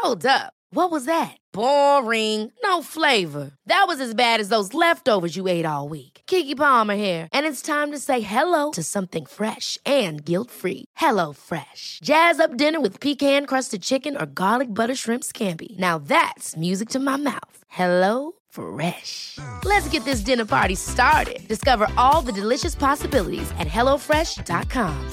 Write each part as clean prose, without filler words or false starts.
Hold up. What was that? Boring. No flavor. That was as bad as those leftovers you ate all week. Keke Palmer here, and it's time to say hello to something fresh and guilt-free. Hello Fresh. Jazz up dinner with pecan-crusted chicken or garlic butter shrimp scampi. Now that's music to my mouth. Hello Fresh. Let's get this dinner party started. Discover all the delicious possibilities at hellofresh.com.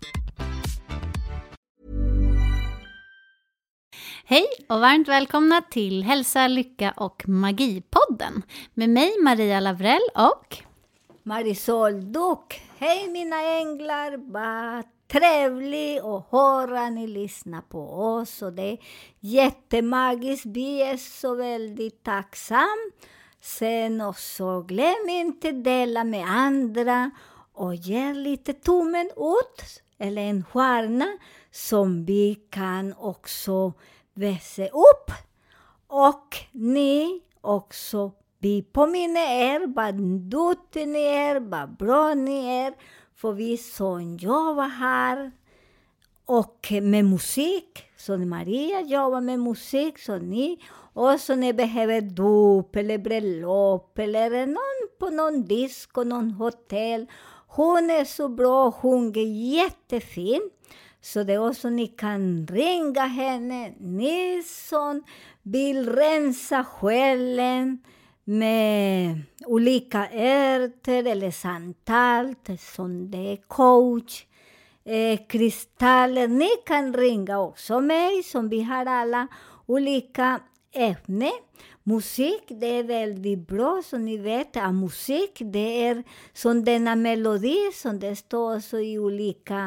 Hej och varmt välkomna till Hälsa, Lycka och Magipodden med mig Maria Lavrell och Marisol Duck. Hej mina änglar, vad trevligt att höra ni lyssnar på oss och det är jättemagiskt. Vi är så väldigt tacksam. Sen också glöm inte dela med andra och ge lite tummen ut eller en stjärna som vi kan också vässa upp. Och ni också, vi påminner er vad duktiga ni är, vad bra ni är. För vi som jobbar här och med musik, så Maria jobbar med musik, så ni också ni behöver dop eller bröllop eller någon på någon disk och någon hotell. Hon är så bra, hon är jättefin. Så det är också ni kan ringa henne. Ni som vill rensa själen med olika örter eller samtal som det är coach, kristaller. Ni kan ringa också mig som vi har alla olika ämnen. Musik, det är väldigt bra, som ni vet. Musik, det är som denna melodi som det står så i olika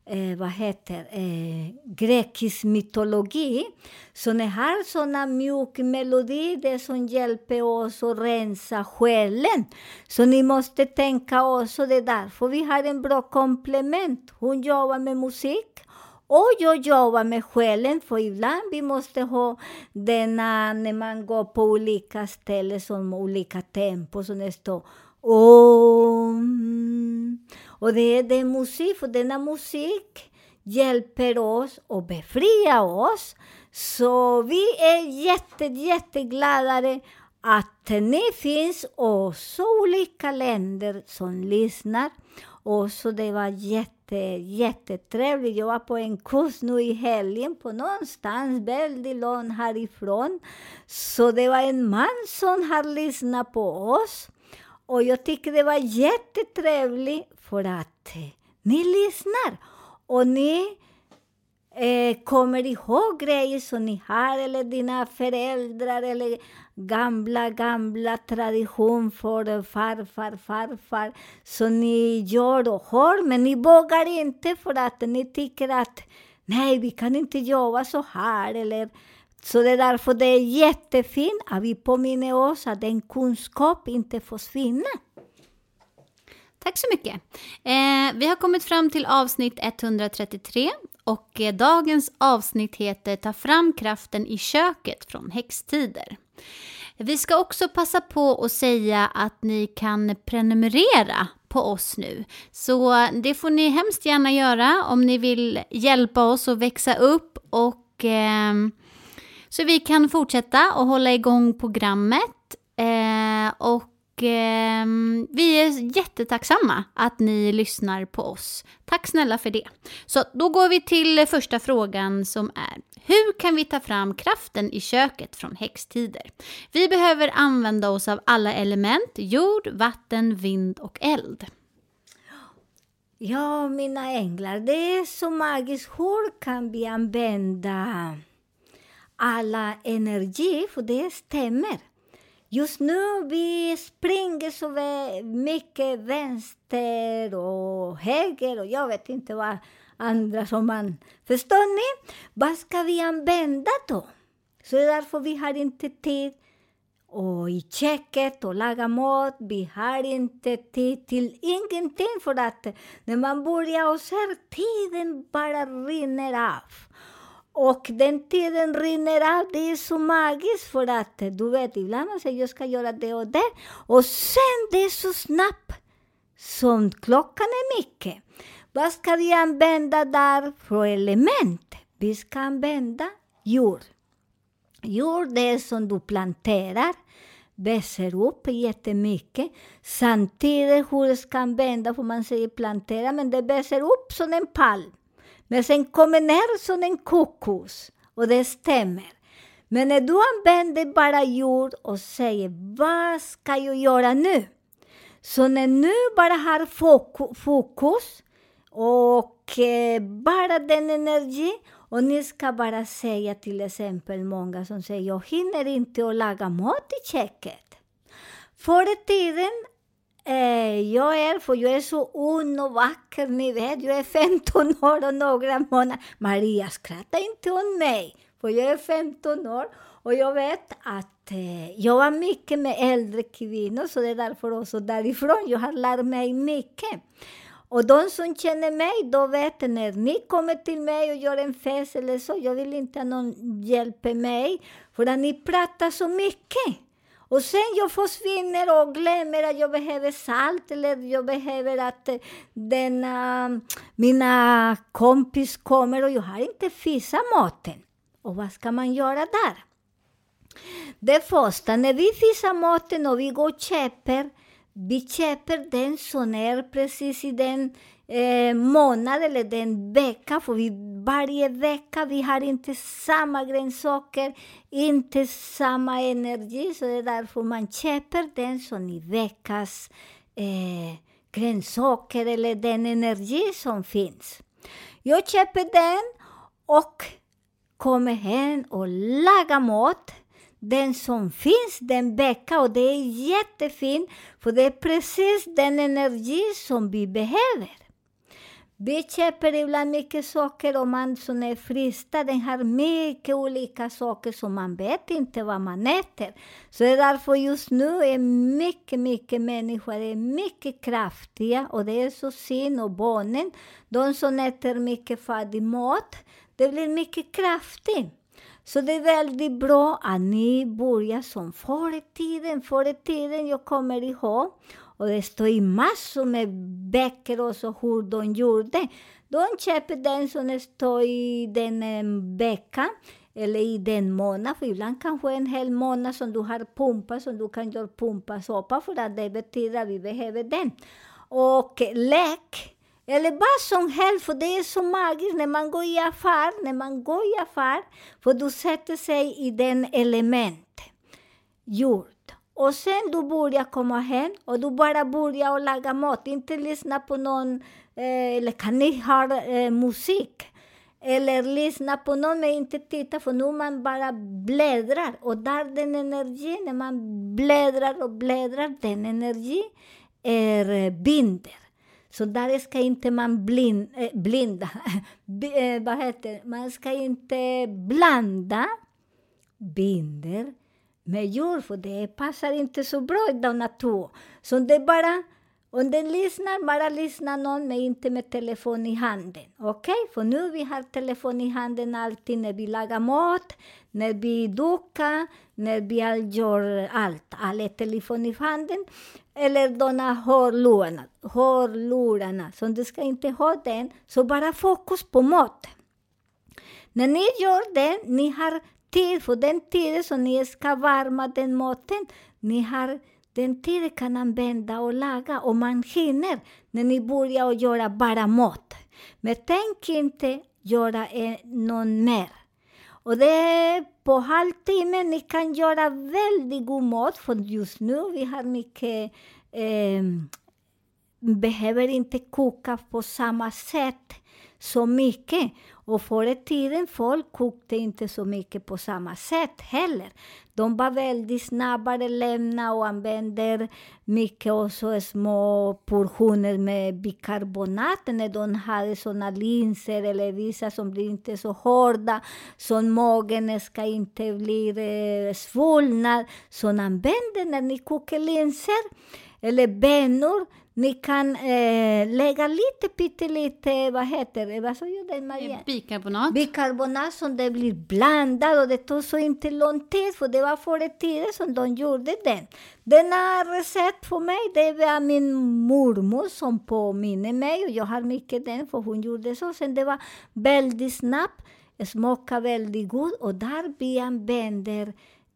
grekisk mytologi. Så ni har såna mjuk melodi, det som hjälper oss att rensa själen. Så ni måste tänka också det där, för vi har en bra komplement. Hon jobbar med musik och jag jobbar med själen, för ibland vi måste ha denna när man går på olika ställen som olika tempo som det står och det är den musik, för denna musik hjälper oss och befria oss. Så vi är jätteglada att ni finns också olika länder som lyssnar. Och så det var jättetrevligt. Jag var på en kurs nu i helgen på någonstans väldigt långt härifrån. Så det var en man som har lyssnat på oss. Och jag tycker det var jättetrevligt för att ni lyssnar. Och ni kommer ihåg grejer som ni har eller dina föräldrar eller gamla tradition för farfar. Så ni gör och har, men ni vågar inte för att ni tycker att nej, vi kan inte jobba så här eller. Så det är därför det är jättefint att vi påminner oss att den kunskap inte försvinner. Tack så mycket. Vi har kommit fram till avsnitt 133 och dagens avsnitt heter Ta fram kraften i köket från häxtider. Vi ska också passa på att säga att ni kan prenumerera på oss nu. Så det får ni hemskt gärna göra om ni vill hjälpa oss att växa upp och så vi kan fortsätta och hålla igång programmet. Vi är jättetacksamma att ni lyssnar på oss. Tack snälla för det. Så då går vi till första frågan som är: hur kan vi ta fram kraften i köket från häxtider? Vi behöver använda oss av alla element: jord, vatten, vind och eld. Ja, mina änglar, det är så magiskt. Hur kan vi använda alla energi? För det stämmer. Just nu vi springer så mycket vänster och höger och jag vet inte vad andra som man. Förstår ni? Vad ska vi använda då? Så därför vi har inte tid och i köket och laga mat. Vi har inte tid till ingenting för att när man börjar och ser tiden bara rinner av. Och den tiden rinner av, det är så magiskt för att du vet, ibland man säger jag ska göra det och det. Och sen det är så snabbt som klockan är mycket. Vad ska vi använda där för element? Vi ska använda jord. Jord är som du planterar, växer upp jättemycket. Samtidigt hur det kan vända, för man säger plantera, men det växer upp som en palm. Men sen kommer ner som en kokos, och det stämmer. Men när du använder bara jord och säger, vad ska jag göra nu? Så när nu bara har fokus och bara den energi, och ni ska bara säga till exempel många som säger, jag hinner inte att laga mat i köket. Förr i tiden, jag är så ung och vacker, ni vet, jag är 15 år och några månader. Maria skrattar inte om mig, för jag är 15 år. Och jag vet att jag var mycket med äldre kvinnor, så det är därför också därifrån jag har lärt mig mycket. Och de som känner mig, då vet när ni kommer till mig och gör en fest eller så, jag vill inte att någon hjälper mig, för att ni pratar så mycket. Och sen jag försvinner och glömmer att jag behöver salt, eller jag behöver att mina kompis kommer och jag har inte fiskat maten. Och vad ska man göra där? Det första, när vi fiskar maten och vi går och köper, vi köper den som är precis i den månad eller den vecka. För varje vecka vi har inte samma grönsaker, inte samma energi. Så det är därför man köper den som i veckas grönsaker eller den energi som finns. Jag köper den och kommer hem och lagar mat. Den som finns den vecka, och det är jättefint, för det är precis den energi som vi behöver. Vi köper ibland mycket saker, och man som är frista, den har mycket olika saker som man vet inte vad man äter. Så det är därför just nu är mycket människor är mycket kraftiga, och det är så synd, och barnen, de som äter mycket färdig mat, det blir mycket kraftigt. Så det är väldigt bra att ni börjar som förr i tiden, jag kommer ihåg. Och det står i massor med böcker och så hur de gjorde. De köper den som står i den veckan eller i den månad. För ibland kanske en hel månad som du har pumpa, som du kan göra pumpasoppa, för att det betyder att vi behöver den. Och läk. Eller vad som helst, för det är så magiskt när man går i affär, för du sätter sig i den element, jord. Och sen du börjar komma hem, och du bara börjar laga mat, inte lyssna på någon, eller kan ni ha musik, eller lyssna på någon, men inte titta, för nu man bara bläddrar, och där den energi, när man bläddrar, den energi är binder. Så där ska inte man blinda. Man ska inte blanda binder med jord, för det passar inte så bra i den natur. Så det är bara, om den lyssnar någon, men inte med telefon i handen. Okej? För nu vi har telefon i handen alltid när vi lagar mat, när vi dukar, när vi gör allt. Alla telefon i handen. Eller de hörlurarna. Så du ska inte ha den. Så bara fokus på mat. När ni gör det, ni har tid. För den tiden som ni ska varma den maten, ni har den tiden kan använda och laga. Och man hinner när ni börjar göra bara mat. Men tänk inte göra någon mer. Och det är på halvtimme ni kan göra väldigt god mat. För just nu vi har mycket, behöver inte koka på samma sätt så mycket. Och förr i tiden folk kokte inte så mycket på samma sätt heller. De var väldigt snabbare lämna och använder mycket också små portioner med bikarbonat. När de hade sådana linser eller vissa som blir inte så hårda. Så magen ska inte bli svullnad. Så använder när ni kokar linser eller bönor. Ni kan lägga pyttelite, vad så gör det, Maria? Bikarbonat som det blir blandat, och det tog så inte lång tid, för det var förr i tiden som de gjorde den. Denna recept för mig, det var min mormor som påminner mig, och jag har mycket den, för hon gjorde så. Sen det var väldigt snabbt. smakar väldigt god. Och där vi använder,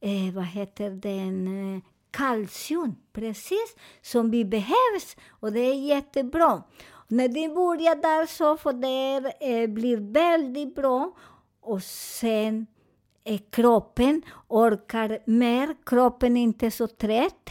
kalcium, precis som vi behövs. Och det är jättebra. När vi börjar där så får det blir väldigt bra. Och sen kroppen orkar mer. Kroppen är inte så trött.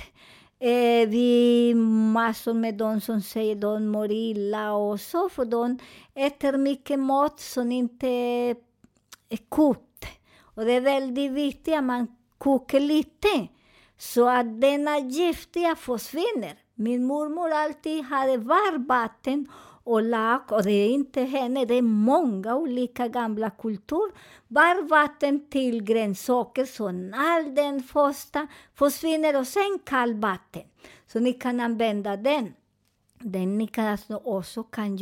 Vi massor med de som säger de mår illa och så. För de äter mycket mat som inte är kokt. Och det är väldigt viktigt att man kokar lite. Så att denna giftiga försvinner. Min mormor alltid hade varmvatten och lak. Och det är inte henne, det är många olika gamla kulturer. Varmvatten till grönsaker så all den första försvinner och sen kallvatten. Så ni kan använda den. Den ni kan också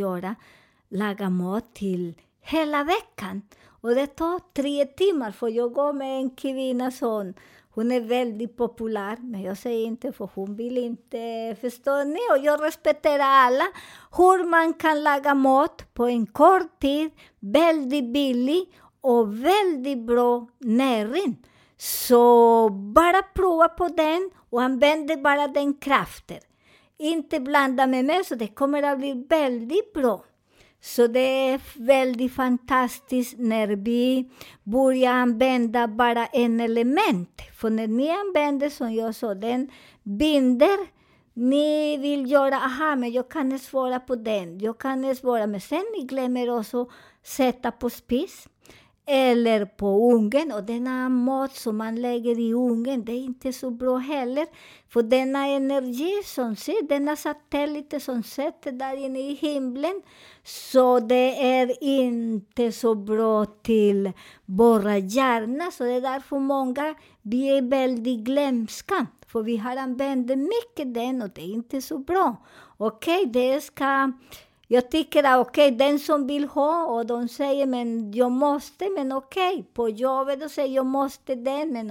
laga mat till hela veckan. Och det tar 3 timmar för jag går med en kvinna sån. Hon är väldigt populär, men jag säger inte för hon vill inte, förstår ni? Och jag respekterar alla. Hur man kan laga mat på en kort tid, väldigt billig och väldigt bra näring. Så bara prova på den och använd bara den kraften. Inte blanda med mig så det kommer att bli väldigt bra. Så det är väldigt fantastiskt när vi börjar använda bara en element. För när ni använder som jag sa, den binder. Ni vill göra, men jag kan svara på den. Jag kan svara, men sen ni glömmer också sätta på spis. Eller på ugnen. Och denna mat som man lägger i ugnen, det är inte så bra heller. För denna energi som ser, denna satellit som sätter där inne i himlen. Så det är inte så bra till våra hjärna. Så det är därför många, vi är väldigt glömska. För vi har använt mycket den och det är inte så bra. Okej, det ska... Jag tycker att den som vill ha och de säger men jag måste, men på jobbet och säger jag måste den, men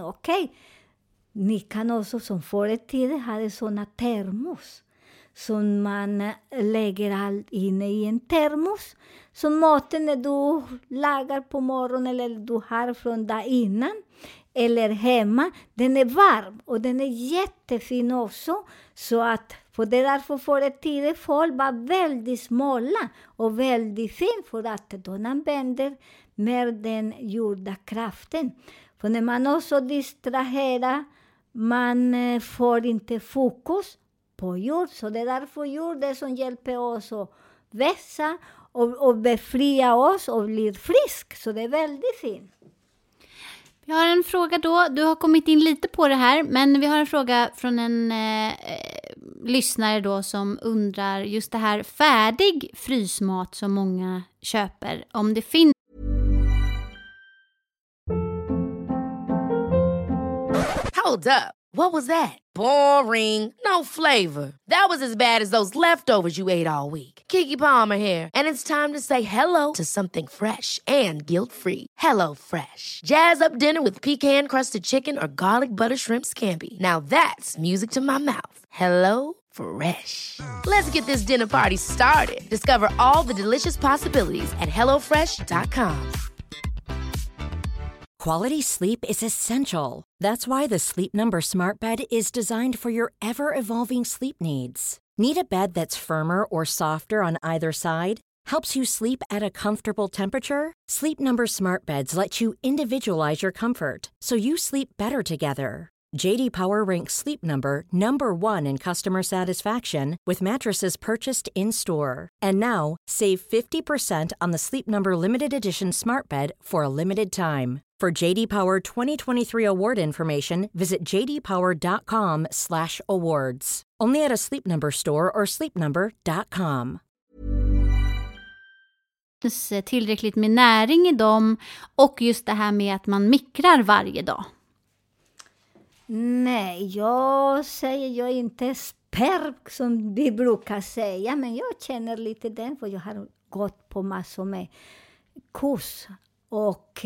Ni kan också som förr i tiden ha sådana termos som man lägger allt inne i en termos. Så maten när du lagar på morgonen eller du har från där innan eller hemma, den är varm och den är jättefin också. Så att för det därför förr i tiden folk var väldigt smala och väldigt fin för att de använder mer den gjorda kraften. För när man också distraherar, man får inte fokus på jord. Så det är därför jord det som hjälper oss att växa och befria oss och bli frisk. Så det är väldigt fint. Vi har en fråga då. Du har kommit in lite på det här, men vi har en fråga från en lyssnare då som undrar just det här färdig frysmat som många köper. Om det finns... Hold up. What was that? Boring. No flavor. That was as bad as those leftovers you ate all week. Keke Palmer here, and it's time to say hello to something fresh and guilt-free. Hello Fresh. Jazz up dinner with pecan-crusted chicken or garlic butter shrimp scampi. Now that's music to my mouth. Hello Fresh. Let's get this dinner party started. Discover all the delicious possibilities at hellofresh.com. Quality sleep is essential. That's why the Sleep Number Smart Bed is designed for your ever-evolving sleep needs. Need a bed that's firmer or softer on either side? Helps you sleep at a comfortable temperature? Sleep Number Smart Beds let you individualize your comfort, so you sleep better together. J.D. Power ranks Sleep Number #1 in customer satisfaction with mattresses purchased in-store. And now, save 50% on the Sleep Number Limited Edition Smart Bed for a limited time. For J.D. Power 2023 award information, visit jdpower.com/awards. Only at a Sleep Number store or sleepnumber.com. Tillräckligt med näring i dem och just det här med att man mikrar varje dag. Nej, jag är inte expert som vi brukar säga, men jag känner lite den för jag har gått på massor med kurs. Och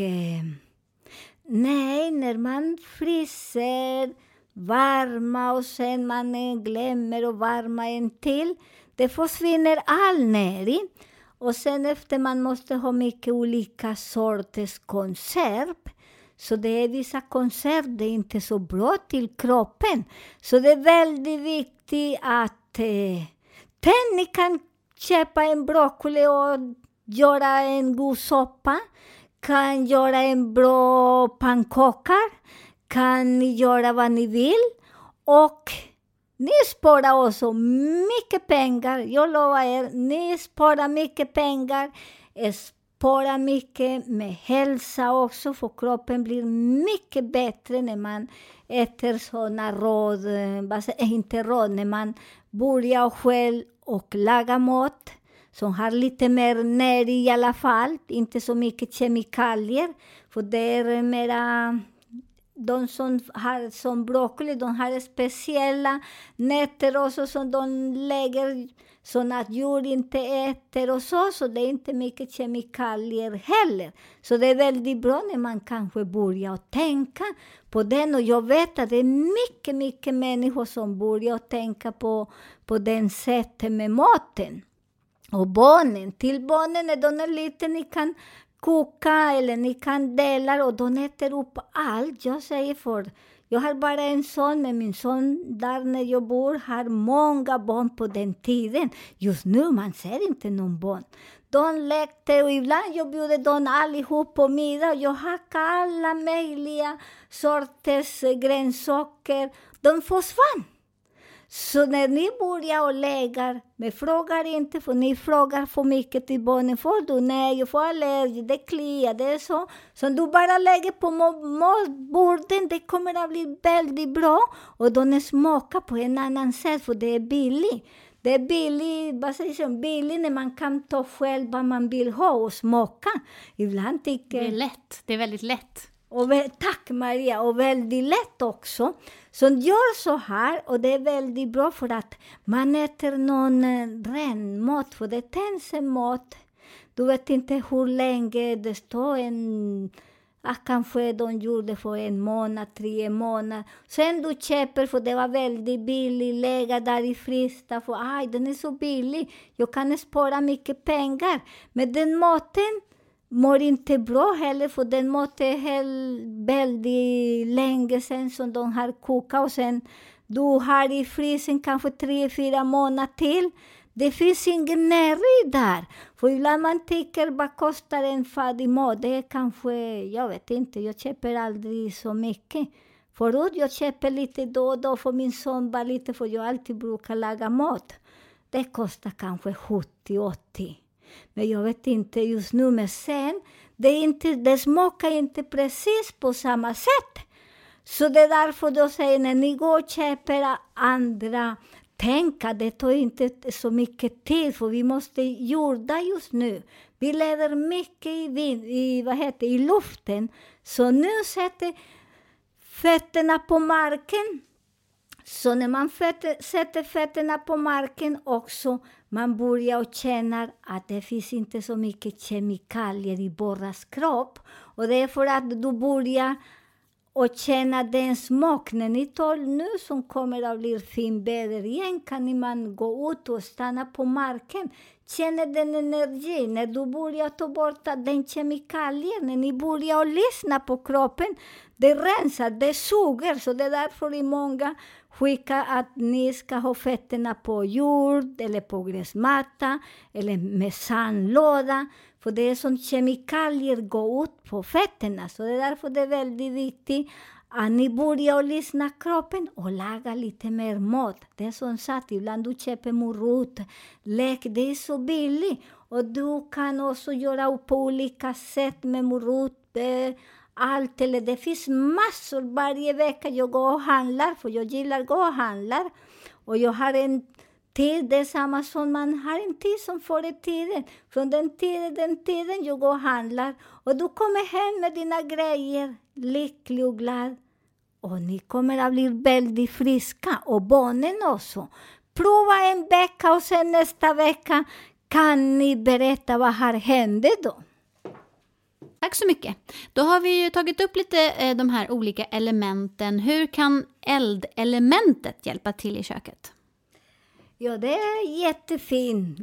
nej, när man fryser varma och sen man glömmer att varma en till, det försvinner all näring. Och sen efter man måste ha mycket olika sorters konserv. Så det är vissa konserv, det är inte så bra till kroppen. Så det är väldigt viktigt att ni kan köpa en broccoli och göra en god soppa. Kan göra en bra pannkakor. Kan ni göra vad ni vill. Och ni sparar också mycket pengar. Jag lovar er, ni sparar mycket pengar. Spara mycket med hälsa också, för kroppen blir mycket bättre när man äter sådana råd, inte råd, när man börjar själv och laga mat som har lite mer näring i alla fall, inte så mycket kemikalier, för det är mera, de som har som broccoli, de har speciella nätter också som de lägger så att djur inte äter och så det är inte mycket kemikalier heller. Så det är väldigt bra när man kanske börjar tänka på den. Och jag vet att det är mycket människor som börjar tänka på den sättet med maten. Och barnen, till barnen när de är lite, ni kan koka eller ni kan dela och de äter upp allt. Jag säger jag har bara en son, men min son där när jag bor har många barn på den tiden. Just nu man ser inte någon barn. De lekte och ibland jag bjuder dem allihop på middag. Jag hackade alla möjliga sorters grönsaker. De försvann. Så när ni börjar och lägger, men frågar inte, för ni frågar för mycket till barnen. Får du? Nej, jag får allergi, det kliar, det är så. Så du bara lägger på matborden, det kommer att bli väldigt bra. Och de smakar på en annan sätt, för det är billigt. Det är billigt när man kan ta själv vad man vill ha och smaka. Ibland tycker... Det är lätt, det är väldigt lätt. Och tack Maria, och väldigt lätt också. Så gör så här, och det är väldigt bra för att man äter någon ren mat, för det tänds en mat. Du vet inte hur länge det står kanske de gjorde för 1 månad, 3 månader. Sen du köper, för det var väldigt billigt, lägga där i frista, för den är så billig. Jag kan spara mycket pengar. Men den maten mår inte bra heller, för den maten är väldigt länge sedan som de har kokat. Och sen du har i frysen kanske 3-4 månader till. Det finns ingen näring där. För ibland man tycker, vad kostar en färdig mat? Det är kanske, jag vet inte, jag köper aldrig så mycket. Förut jag köper lite då och då för min son, bara lite, för jag alltid brukar laga mat. Det kostar kanske 70-80. Men jag vet inte just nu, men sen, det smakar inte precis på samma sätt. Så det är därför då säger, när ni går och köper andra, tänka, det tar inte så mycket tid, för vi måste jorda just nu. Vi lever mycket i luften, så nu sätter fötterna på marken. Så när man sätter fötterna på marken också, man börjar och känna att det finns inte så mycket kemikalier i våras kropp. Och det är för att du börjar och känna den smak. När ni tar nu som kommer att bli fin väder igen, kan man gå ut och stanna på marken. Känna den energi. När du börjar ta bort den kemikalier, när ni börjar lyssna på kroppen, det rensar, det suger. Så det är därför i många skicka att ni ska ha fötterna på jord eller på gräsmatta eller med sandlåda. För det är som kemikalier går ut på fötterna. Så det är därför det är väldigt viktigt att ni börjar lyssna kroppen och laga lite mer mat. Det är som sagt, ibland du köper morot, läk, det är så billigt. Och du kan också göra på olika sätt med morot, allt. Eller det finns massor varje vecka. Jag går och handlar, för jag gillar att gå och handla. Och jag har en tid, det är samma som man har en tid som förr i tiden. Från den tiden jag går och handlar. Och du kommer hem med dina grejer, lycklig och glad. Och ni kommer att bli väldigt friska. Och barnen också. Prova en vecka och sen nästa vecka kan ni berätta vad har hänt då. Tack så mycket. Då har vi ju tagit upp lite de här olika elementen. Hur kan eldelementet hjälpa till i köket? Ja, det är jättefint.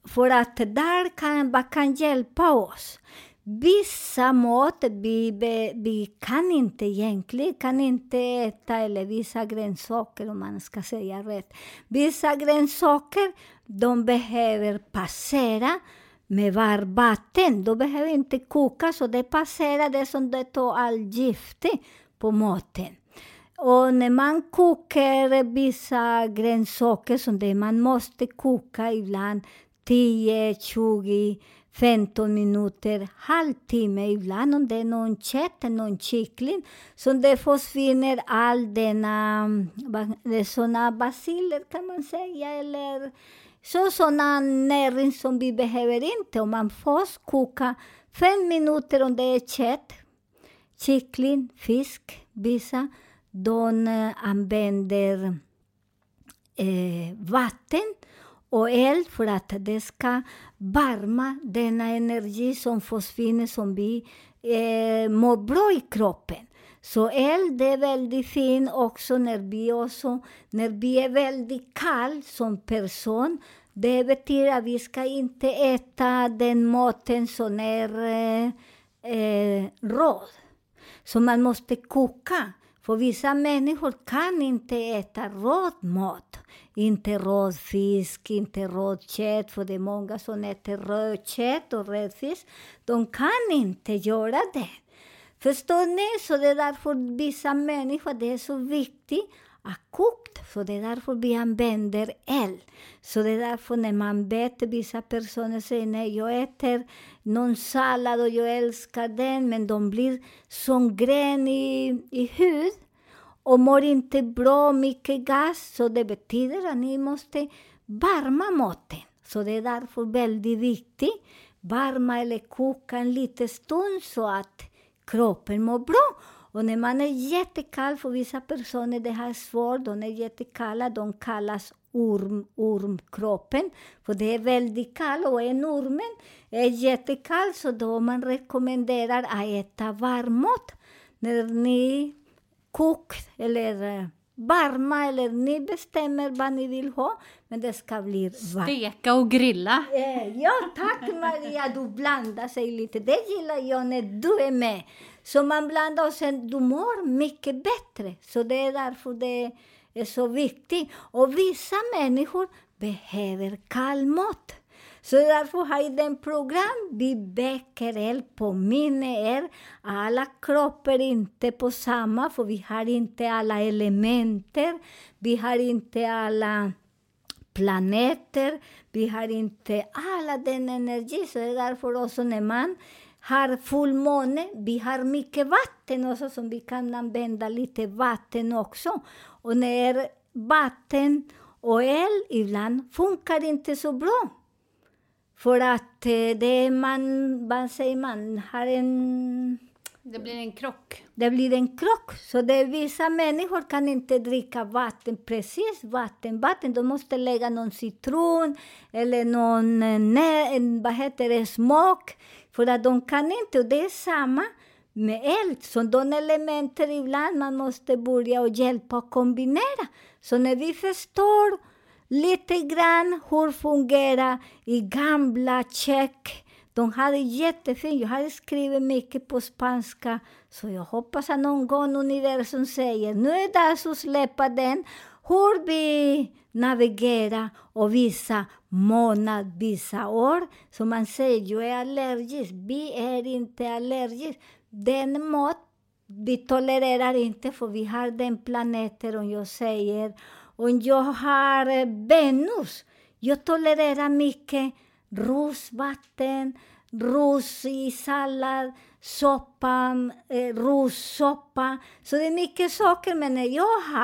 För att där kan hjälpa oss. Vissa mat vi kan inte egentligen kan inte äta, eller vissa grönsaker om man ska säga rätt. Vissa grönsaker, de behöver passera med varmvatten. De behöver inte koka, så det passerar det som det tar all gift på maten. Och när man kokar vissa grönsaker som det man måste koka ibland 10, 20, 15 minuter, halvtimme ibland om det är någon kött, någon kyckling. Så det försvinner all denna, sådana baciller kan man säga, eller sådana näring som vi behöver inte. Om man först kokar 5 minuter om det är kött, kyckling, fisk, vissa, de använder vatten och eld för att det ska varma denna energi som försvinner, som vi mår bra i kroppen. Så eld är väldigt fin också när vi är väldigt kall som person. Det betyder att vi ska inte äta den maten som är råd. Så man måste koka. För vissa människor kan inte äta råd mat. Inte råd fisk, inte råd kött. För det är många som äter röd kött och röd fisk. De kan inte göra det. Förstår ni? Så det är därför vissa människor, det är så viktigt att koka. Så det är därför vi använder eld. Så det är därför när man vet, vissa personer säger nej, jag äter någon sallad och jag älskar den. Men de blir som grön i hud. Och mår inte bra, mycket gas. Så det betyder att ni måste varma maten. Så det är därför väldigt viktigt. Varma eller koka en liten stund så att kroppen mår bra. Och när man är jättekall, för vissa personer det här svårt, de är jättekalla, de kallas ormkroppen. För det är väldigt kall och en ormen är jättekall, så då man rekommenderar att äta varmmat. När ni kokar eller varma, eller ni bestämmer vad ni vill ha, men det ska bli varmt. Steka och grilla. Ja, tack Maria, du blandar sig lite. Det gillar jag när du är med. Så man blandar och sen du mår mycket bättre. Så det är därför det är så viktigt. Och vissa människor behöver kall mat. Så därför har jag den program. Vi väcker er, påminner er. Alla kroppar inte på samma, för vi har inte alla elementer. Vi har inte alla planeter. Vi har inte alla den energi. Så det är därför också när man har fullmåne, vi har mycket vatten också, som vi kan använda lite vatten också. Och när vatten och el ibland funkar inte så bra. För att det man säger man har en... Det blir en krock. Det blir en krock. Så det är vissa människor kan inte dricka vatten. Precis vatten. De måste lägga någon citron eller någon smak. För att de kan inte. Och det är samma med eld. Så de elementer ibland man måste börja och hjälpa och kombinera. Så när vi förstår lite grann hur fungerar i gamla kök. De hade jättefint. Jag hade skrivit mycket på spanska. Så jag hoppas att någon gång universum säger nu är det dags att släppa den. Hur vi navigerar och vissa månader, vissa år. Så man säger jag är allergisk. Vi är inte allergisk. Den mat vi tolererar inte, för vi har den planeten. Och jag säger om jag har Venus. Jag tolererar mycket rosvatten, ros i sallad, soppa, rossoppa. Så det är mycket saker. Men när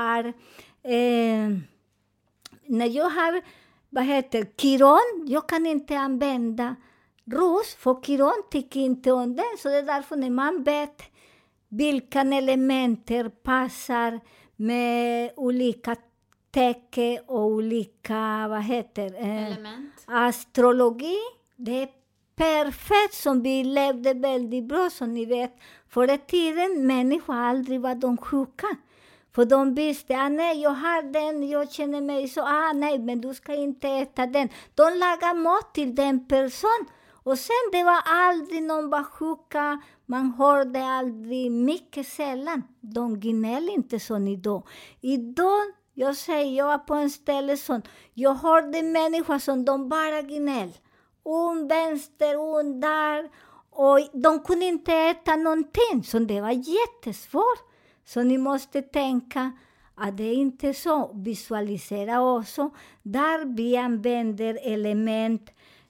jag har Kiron, jag kan inte använda ros, för Kiron tycker inte om den. Så det är därför när man vet vilka elementer passar med olika tecken och olika, element. Astrologi. Det är perfekt, som vi levde väldigt bra, som ni vet. Förr i tiden, människor aldrig var de sjuka. För de visste, nej, jag har den, jag känner mig så, nej, men du ska inte äta den. De lagar mat till den person. Och sen det var aldrig någon var sjuka, man hörde aldrig, mycket sällan. De gnäller inte som idag. Idag, jag var på en ställe som, jag hörde människor som de bara gnäll. Vänster, där. Och de kunde inte äta någonting, så det var jättesvårt. Så ni måste tänka att det är inte så. Visualisera också. Där vi använder element.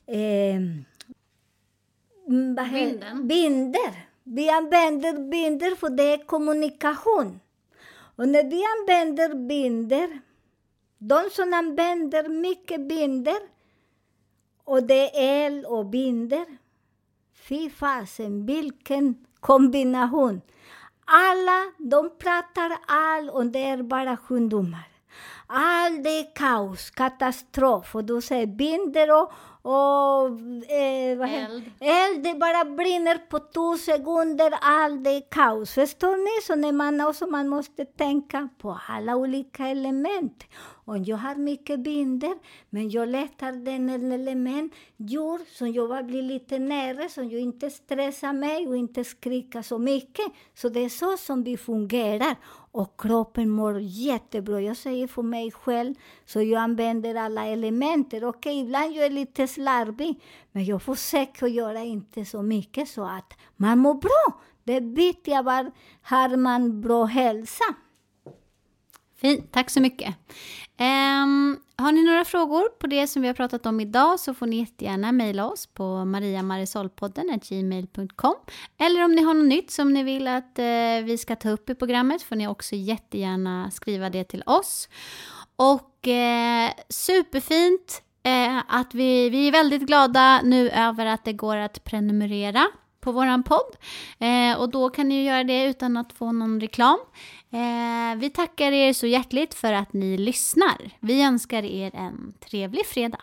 Binder. Vi använder binder för det är kommunikation. Och när vi använder binder. De som använder mycket binder. Och det är el och binder. Fy fasen, vilken kombination. Alla, de pratar och det är bara sjukdomar. Allt är kaos, katastrof. Och du säger binder och eld, det bara brinner på 2 sekunder. Allt är kaos. Förstår ni? Så när man måste tänka på alla olika element. Om jag har mycket binder, men jag letar den element jord som jag blir lite nära, som jag inte stressar mig och inte skriker så mycket. Så det är så som vi fungerar. Och kroppen mår jättebra. Jag säger för mig själv, så jag använder alla elementer. Okej, ibland jag är lite slarvig, men jag försöker göra inte så mycket så att man mår bra. Det viktiga var, har man bra hälsa. Fint, tack så mycket. Har ni några frågor på det som vi har pratat om idag, så får ni jättegärna mejla oss på mariamarisolpodden@gmail.com. Eller om ni har något nytt som ni vill att vi ska ta upp i programmet, får ni också jättegärna skriva det till oss. Och superfint att vi är väldigt glada nu över att det går att prenumerera på våran podd. Och då kan ni göra det utan att få någon reklam. Vi tackar er så hjärtligt för att ni lyssnar. Vi önskar er en trevlig fredag.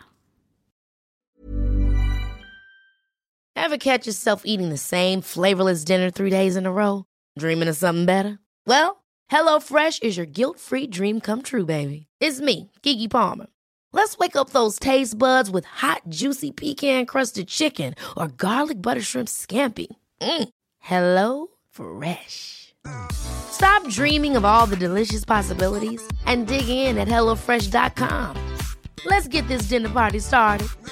Ever catch yourself eating the same flavorless dinner 3 days in a row? Dreaming of something better? Well, HelloFresh is your guilt-free dream come true, baby. It's me, Keke Palmer. Let's wake up those taste buds with hot, juicy pecan-crusted chicken or garlic butter shrimp scampi. Hello Fresh. Stop dreaming of all the delicious possibilities and dig in at HelloFresh.com. Let's get this dinner party started.